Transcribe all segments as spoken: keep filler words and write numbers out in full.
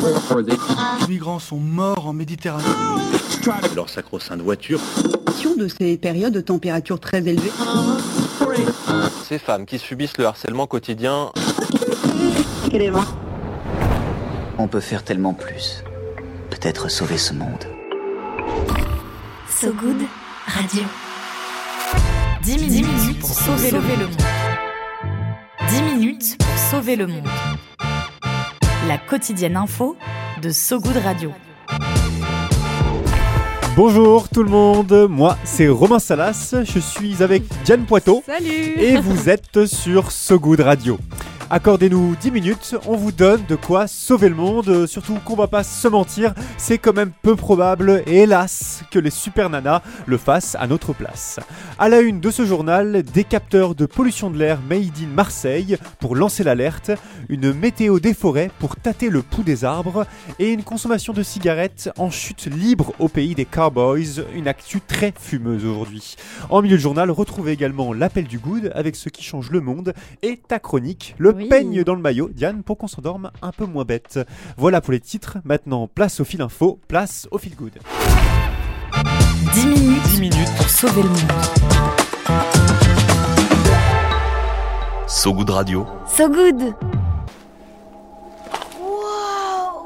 Les migrants sont morts en Méditerranée. Leur sacro-sainte voiture. De ces périodes de température très élevées. Ces femmes qui subissent le harcèlement quotidien. On peut faire tellement plus. Peut-être sauver ce monde. So Good Radio. dix minutes pour sauver le monde. dix minutes pour sauver le monde. La quotidienne info de So Good Radio. Bonjour tout le monde, moi c'est Romain Salas, je suis avec Diane Poitot. Salut. Et vous êtes sur So Good Radio. Accordez-nous dix minutes, on vous donne de quoi sauver le monde, surtout qu'on va pas se mentir, c'est quand même peu probable, et hélas, que les super nanas le fassent à notre place. À la une de ce journal, des capteurs de pollution de l'air made in Marseille pour lancer l'alerte, une météo des forêts pour tâter le pouls des arbres, et une consommation de cigarettes en chute libre au pays des cowboys, une actu très fumeuse aujourd'hui. En milieu de journal, retrouvez également l'appel du good avec ce qui change le monde, et ta chronique, le Oui. peigne dans le maillot, Diane, pour qu'on s'endorme un peu moins bête. Voilà pour les titres. Maintenant, place au fil info, place au fil good. dix minutes, dix minutes pour sauver le monde. So Good Radio. So Good. Wow!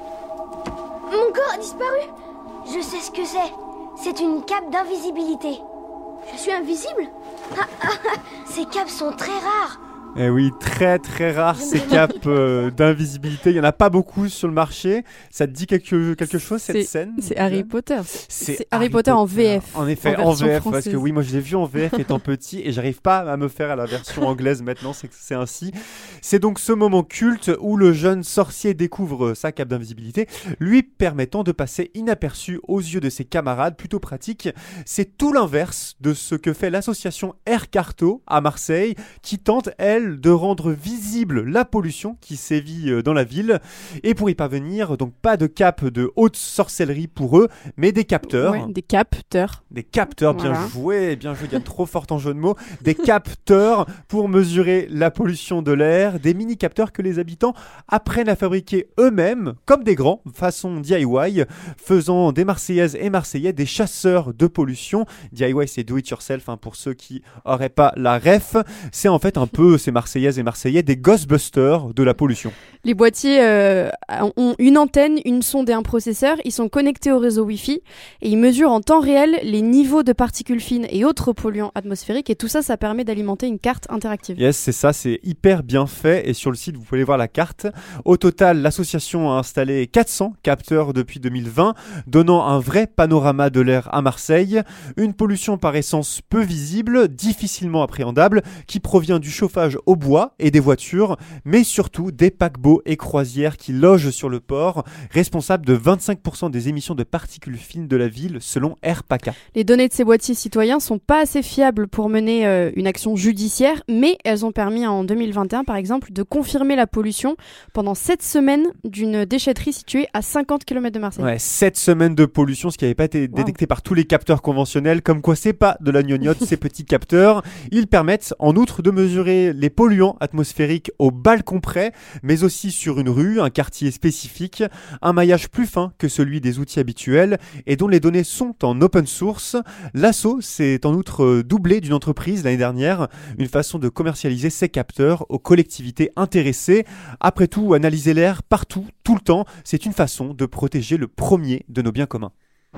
Mon corps a disparu. Je sais ce que c'est. C'est une cape d'invisibilité. Je suis invisible? Ah, ah, ah. Ces capes sont très rares. Eh oui, très très rare ces capes euh, d'invisibilité. Il n'y en a pas beaucoup sur le marché. Ça te dit quelque, quelque chose cette C'est- scène C'est Harry Potter. C'est C'est Harry Potter en V F. En effet, en en, version V F, parce française. que oui, moi je l'ai vu en V F étant petit et j'arrive pas à me faire à la version anglaise maintenant, c'est, c'est ainsi. C'est donc ce moment culte où le jeune sorcier découvre sa cape d'invisibilité, lui permettant de passer inaperçu aux yeux de ses camarades, plutôt pratique. C'est tout l'inverse de ce que fait l'association Air Carto à Marseille, qui tente, elle, de rendre visible la pollution qui sévit dans la ville. Et pour y parvenir, donc pas de cape de haute sorcellerie pour eux, mais des capteurs. Ouais, des capteurs. Des capteurs, bien Voilà. joué, bien joué, il y a trop fort en jeu de mots. Des capteurs pour mesurer la pollution de l'air, des mini-capteurs que les habitants apprennent à fabriquer eux-mêmes, comme des grands, façon D I Y, faisant des Marseillaises et Marseillais des chasseurs de pollution. D I Y, c'est do it yourself, hein, pour ceux qui auraient pas la ref. C'est en fait un peu ces Marseillaises et Marseillais, des Ghostbusters de la pollution. Les boîtiers euh, ont une antenne, une sonde et un processeur. Ils sont connectés au réseau Wi-Fi et ils mesurent en temps réel les niveaux de particules fines et autres polluants atmosphériques. Et tout ça, ça permet d'alimenter une carte interactive. Yes, c'est ça, c'est hyper bien fait et sur le site vous pouvez voir la carte. Au total, l'association a installé quatre cents capteurs depuis deux mille vingt, donnant un vrai panorama de l'air à Marseille. Une pollution par essence peu visible, difficilement appréhendable, qui provient du chauffage au bois et des voitures, mais surtout des paquebots et croisières qui logent sur le port, responsables de vingt-cinq pour cent des émissions de particules fines de la ville selon AirPaca. Les données de ces boîtiers citoyens sont pas assez fiables pour mener euh, une action judiciaire, mais elles ont permis en deux mille vingt et un, par exemple, de confirmer la pollution pendant sept semaines d'une déchetterie située à cinquante kilomètres de Marseille. Ouais, sept semaines de pollution, ce qui n'avait pas été Wow. détecté par tous les capteurs conventionnels, comme quoi c'est pas de la gnognotte, ces petits capteurs. Ils permettent en outre de mesurer les polluants atmosphériques au balcon près, mais aussi sur une rue, un quartier spécifique, un maillage plus fin que celui des outils habituels et dont les données sont en open source. L'Asso s'est en outre doublé d'une entreprise l'année dernière, une façon de commercialiser ces capteurs aux collectivités intéressées. Après tout, analyser l'air partout, tout le temps, c'est une façon de protéger le premier de nos biens communs.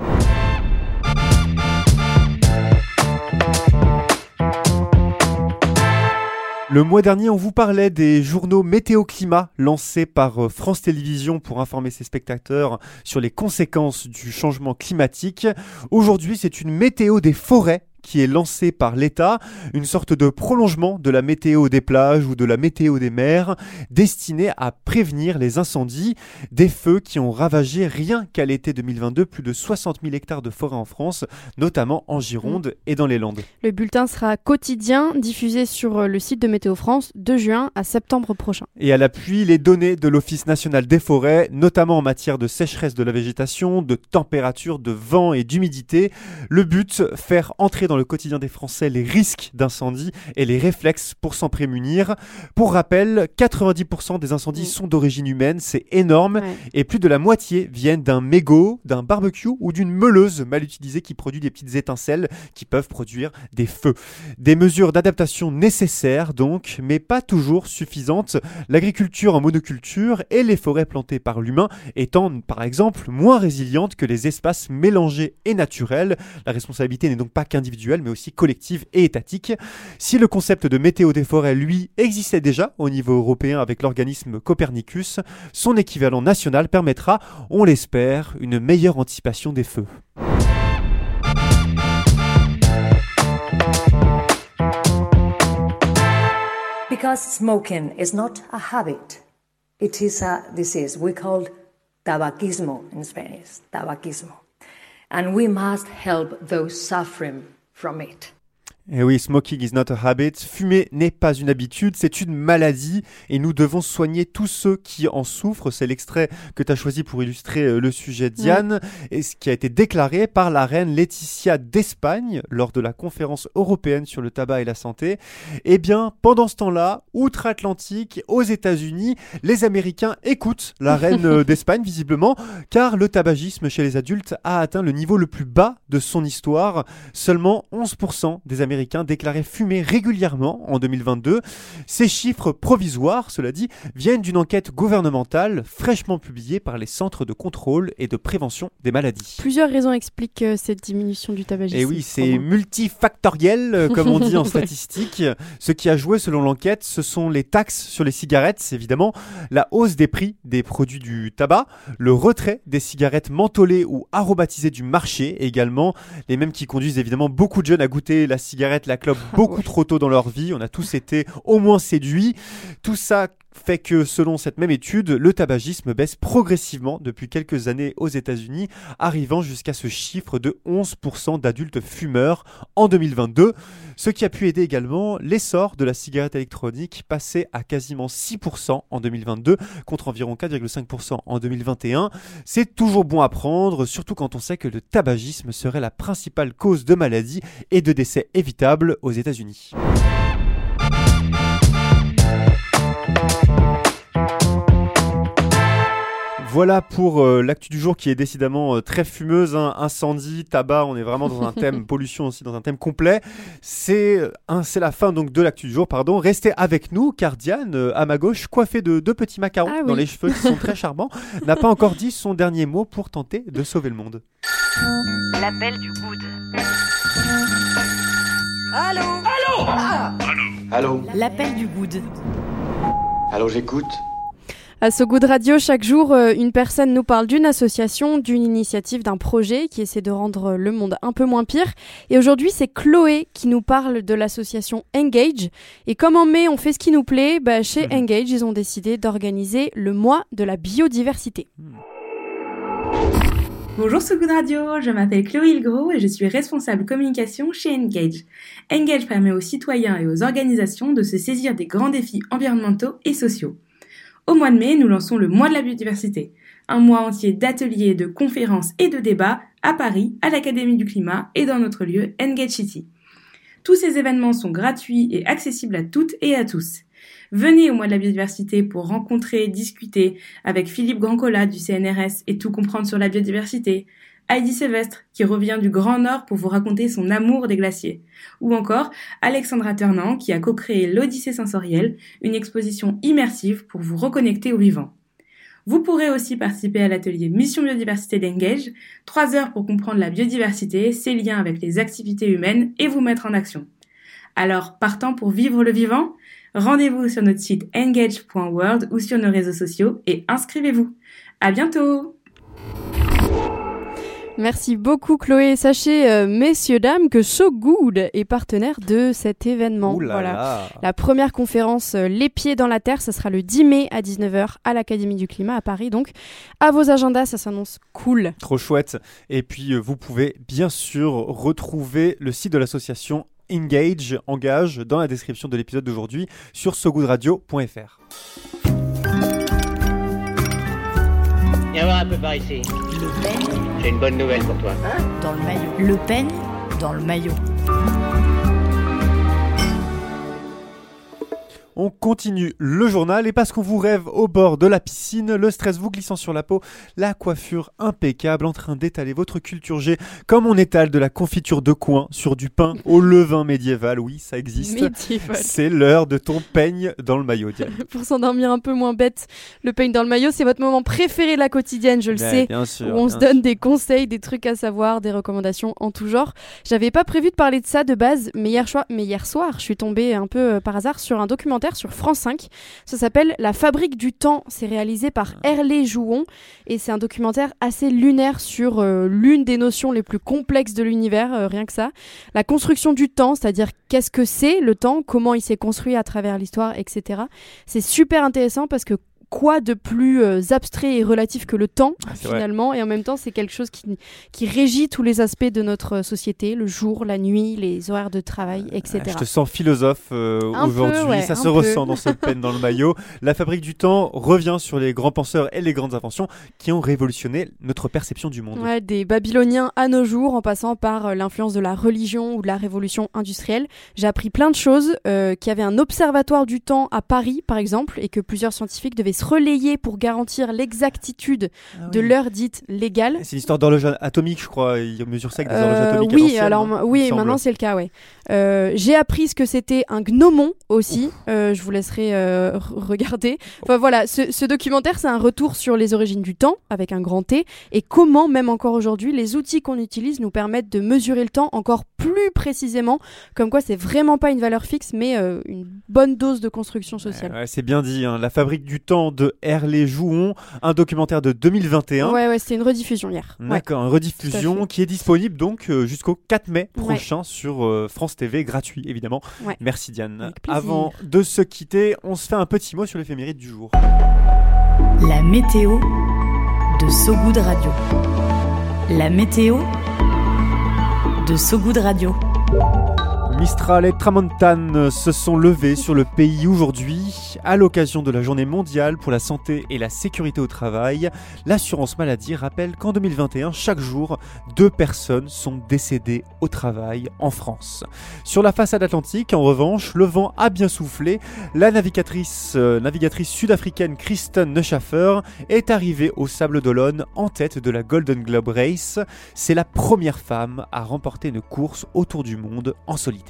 Le mois dernier, on vous parlait des journaux météo-climat lancés par France Télévisions pour informer ses spectateurs sur les conséquences du changement climatique. Aujourd'hui, c'est une météo des forêts qui est lancé par l'État, une sorte de prolongement de la météo des plages ou de la météo des mers, destinée à prévenir les incendies, des feux qui ont ravagé rien qu'à l'été deux mille vingt-deux plus de soixante mille hectares de forêt en France, notamment en Gironde et dans les Landes. Le bulletin sera quotidien, diffusé sur le site de Météo France de juin à septembre prochain. Et à l'appui, les données de l'Office national des forêts, notamment en matière de sécheresse de la végétation, de température, de vent et d'humidité. Le but, faire entrer dans dans le quotidien des Français les risques d'incendie et les réflexes pour s'en prémunir. Pour rappel, quatre-vingt-dix pour cent des incendies mmh. sont d'origine humaine, c'est énorme, ouais. et plus de la moitié viennent d'un mégot, d'un barbecue ou d'une meuleuse mal utilisée qui produit des petites étincelles qui peuvent produire des feux. Des mesures d'adaptation nécessaires donc, mais pas toujours suffisantes. L'agriculture en monoculture et les forêts plantées par l'humain étant par exemple moins résilientes que les espaces mélangés et naturels. La responsabilité n'est donc pas qu'individuelle mais aussi collective et étatique. Si le concept de météo des forêts, lui, existait déjà au niveau européen avec l'organisme Copernicus, son équivalent national permettra, on l'espère, une meilleure anticipation des feux. Because smoking is not a habit, it is a disease. We call tabaquismo in Spanish, tabaquismo. And we must help those suffering from it. Et oui, smoking is not a habit. Fumer n'est pas une habitude, c'est une maladie et nous devons soigner tous ceux qui en souffrent. C'est l'extrait que tu as choisi pour illustrer le sujet, Diane, mmh. et ce qui a été déclaré par la reine Laetitia d'Espagne lors de la conférence européenne sur le tabac et la santé. Eh bien, pendant ce temps-là, outre-Atlantique, aux États-Unis, les Américains écoutent la reine d'Espagne visiblement, car le tabagisme chez les adultes a atteint le niveau le plus bas de son histoire. Seulement onze pour cent des Américains Américains déclaraient fumer régulièrement en deux mille vingt-deux. Ces chiffres provisoires, cela dit, viennent d'une enquête gouvernementale fraîchement publiée par les centres de contrôle et de prévention des maladies. Plusieurs raisons expliquent euh, cette diminution du tabagisme. Et oui, c'est multifactoriel, euh, comme on dit en statistique. Ce qui a joué selon l'enquête, ce sont les taxes sur les cigarettes, évidemment, la hausse des prix des produits du tabac, le retrait des cigarettes mentholées ou aromatisées du marché également, les mêmes qui conduisent évidemment beaucoup de jeunes à goûter la cigarette la clope beaucoup trop tôt dans leur vie. On a tous été au moins séduits. Tout ça fait que, selon cette même étude, le tabagisme baisse progressivement depuis quelques années aux États-Unis, arrivant jusqu'à ce chiffre de onze pour cent d'adultes fumeurs en deux mille vingt-deux. Ce qui a pu aider également l'essor de la cigarette électronique, passé à quasiment six pour cent en deux mille vingt-deux, contre environ quatre virgule cinq pour cent en deux mille vingt et un. C'est toujours bon à prendre, surtout quand on sait que le tabagisme serait la principale cause de maladies et de décès évitables aux États-Unis. Voilà pour euh, l'actu du jour qui est décidément euh, très fumeuse, hein. Incendie, tabac, on est vraiment dans un thème, pollution aussi, dans un thème complet. C'est, euh, c'est la fin donc de l'actu du jour, pardon. Restez avec nous car Diane, euh, à ma gauche, coiffée de deux petits macarons ah, dans oui. les cheveux qui sont très charmants, n'a pas encore dit son dernier mot pour tenter de sauver le monde. L'appel du good. Allô Allô ah Allô Allô L'appel du good. Allô, j'écoute. À So Good Radio, chaque jour, une personne nous parle d'une association, d'une initiative, d'un projet qui essaie de rendre le monde un peu moins pire. Et aujourd'hui, c'est Chloé qui nous parle de l'association Engage. Et comme en mai, on fait ce qui nous plaît, bah, chez mmh. Engage, ils ont décidé d'organiser le mois de la biodiversité. Mmh. Bonjour So Good Radio, je m'appelle Chloé Hilgros et je suis responsable communication chez Engage. Engage permet aux citoyens et aux organisations de se saisir des grands défis environnementaux et sociaux. Au mois de mai, nous lançons le mois de la biodiversité, un mois entier d'ateliers, de conférences et de débats à Paris, à l'Académie du Climat et dans notre lieu Engage City. Tous ces événements sont gratuits et accessibles à toutes et à tous. Venez au mois de la biodiversité pour rencontrer, discuter avec Philippe Grandcola du C N R S et tout comprendre sur la biodiversité, Heidi Sylvestre qui revient du Grand Nord pour vous raconter son amour des glaciers, ou encore Alexandra Ternant qui a co-créé l'Odyssée sensorielle, une exposition immersive pour vous reconnecter au vivant. Vous pourrez aussi participer à l'atelier Mission Biodiversité d'Engage, trois heures pour comprendre la biodiversité, ses liens avec les activités humaines et vous mettre en action. Alors, partant pour vivre le vivant ? Rendez-vous sur notre site engage point world ou sur nos réseaux sociaux et inscrivez-vous. À bientôt! Merci beaucoup Chloé. Sachez, euh, messieurs, dames, que So Good est partenaire de cet événement. Ouh là voilà. là. La première conférence euh, Les Pieds dans la Terre, ça sera le dix mai à dix-neuf heures à l'Académie du Climat à Paris. Donc, à vos agendas, ça s'annonce cool. Trop chouette. Et puis, euh, vous pouvez bien sûr retrouver le site de l'association Engage, Engage, dans la description de l'épisode d'aujourd'hui sur so good radio point f r. Viens voir un peu par ici. Le peigne. J'ai une bonne nouvelle pour toi. Dans le maillot. Le peigne dans le maillot. On continue le journal et parce qu'on vous rêve au bord de la piscine, le stress vous glissant sur la peau, la coiffure impeccable en train d'étaler votre culture G comme on étale de la confiture de coin sur du pain au levain médiéval. Oui, ça existe. Médiéval. C'est l'heure de ton peigne dans le maillot, Diane. Pour s'endormir un peu moins bête, le peigne dans le maillot, c'est votre moment préféré de la quotidienne, je le Ouais, sais. bien sûr, où on bien se donne sûr. des conseils, des trucs à savoir, des recommandations en tout genre. J'avais pas prévu de parler de ça de base, mais hier, choix, mais hier soir, je suis tombée un peu euh, par hasard sur un documentaire sur France cinq. Ça s'appelle La Fabrique du Temps. C'est réalisé par Herlé Jouon et c'est un documentaire assez lunaire sur euh, l'une des notions les plus complexes de l'univers, euh, rien que ça. La construction du temps, c'est-à-dire qu'est-ce que c'est le temps, comment il s'est construit à travers l'histoire, et cetera. C'est super intéressant parce que quoi de plus euh, abstrait et relatif que le temps, Ah, c'est finalement, et en même temps, c'est quelque chose qui, qui régit tous les aspects de notre société, le jour, la nuit, les horaires de travail, et cetera. Ah, je te sens philosophe euh, Un aujourd'hui, peu, ouais, ça un se peu. ressent dans ce peigne dans le maillot. La Fabrique du Temps revient sur les grands penseurs et les grandes inventions qui ont révolutionné notre perception du monde. Ouais, des Babyloniens à nos jours, en passant par euh, l'influence de la religion ou de la révolution industrielle. J'ai appris plein de choses, euh, qu'il y avait un observatoire du temps à Paris, par exemple, et que plusieurs scientifiques devaient se relayer pour garantir l'exactitude Ah de oui. l'heure dite légale. C'est une histoire d'horloge atomique, je crois. Ils mesurent ça avec des horloges Euh, atomiques. à oui, l'ancienne, alors non, m- oui, il me semble. maintenant c'est le cas, ouais. Euh, j'ai appris ce que c'était un gnomon aussi. Euh, je vous laisserai euh, r- regarder. Enfin voilà, ce, ce documentaire, c'est un retour sur les origines du temps avec un grand T et comment, même encore aujourd'hui, les outils qu'on utilise nous permettent de mesurer le temps encore plus précisément. Comme quoi, c'est vraiment pas une valeur fixe, mais euh, une bonne dose de construction sociale. Ouais, c'est bien dit, hein. La Fabrique du Temps de Herlé Jouon, un documentaire de deux mille vingt et un. Ouais, ouais, c'était une rediffusion hier. Ouais. D'accord, une Tout à rediffusion fait. qui est disponible donc euh, jusqu'au quatre mai Ouais. prochain sur euh, France T V, gratuit évidemment. Ouais. Merci Diane. Avec plaisir. Avant de se quitter, on se fait un petit mot sur l'éphéméride du jour. La météo de So Good Radio. La météo de So Good Radio. Mistral et Tramontane se sont levés sur le pays aujourd'hui à l'occasion de la journée mondiale pour la santé et la sécurité au travail. L'assurance maladie rappelle qu'en deux mille vingt et un, chaque jour, deux personnes sont décédées au travail en France. Sur la façade atlantique, en revanche, le vent a bien soufflé. La navigatrice, euh, navigatrice sud-africaine Kristen Neschaffer est arrivée au Sable d'Olonne en tête de la Golden Globe Race. C'est la première femme à remporter une course autour du monde en solitaire.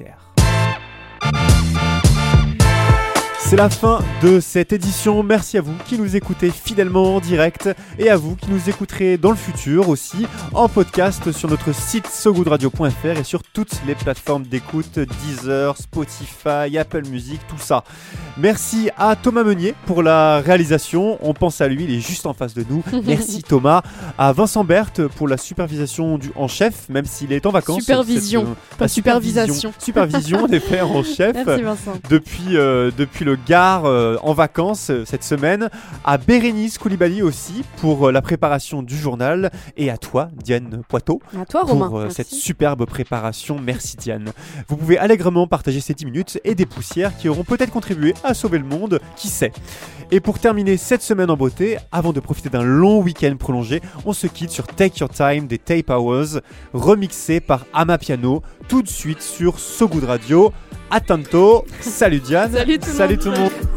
C'est la fin de cette édition. Merci à vous qui nous écoutez fidèlement en direct et à vous qui nous écouterez dans le futur aussi en podcast sur notre site so good radio point f r et sur toutes les plateformes d'écoute, Deezer, Spotify, Apple Music, tout ça. Merci à Thomas Meunier pour la réalisation. On pense à lui, il est juste en face de nous. Merci Thomas. À Vincent Berthe pour la supervision du, en chef, même s'il est en vacances. Supervision, Cette, euh, pas la supervision. Supervision des faits en chef. Merci Vincent. Depuis, euh, depuis le Gard euh, en vacances euh, cette semaine, à Bérénice Koulibaly aussi pour euh, la préparation du journal et à toi Diane Poitot À toi pour Romain. euh, Merci. cette superbe préparation. Merci Diane. Vous pouvez allègrement partager ces dix minutes et des poussières qui auront peut-être contribué à sauver le monde, qui sait. Et pour terminer cette semaine en beauté, avant de profiter d'un long week-end prolongé, on se quitte sur Take Your Time des Tape Hours, remixé par Amapiano, tout de suite sur So Good Radio. À tantôt. Salut Diane. Salut tout le Salut monde. tout le monde.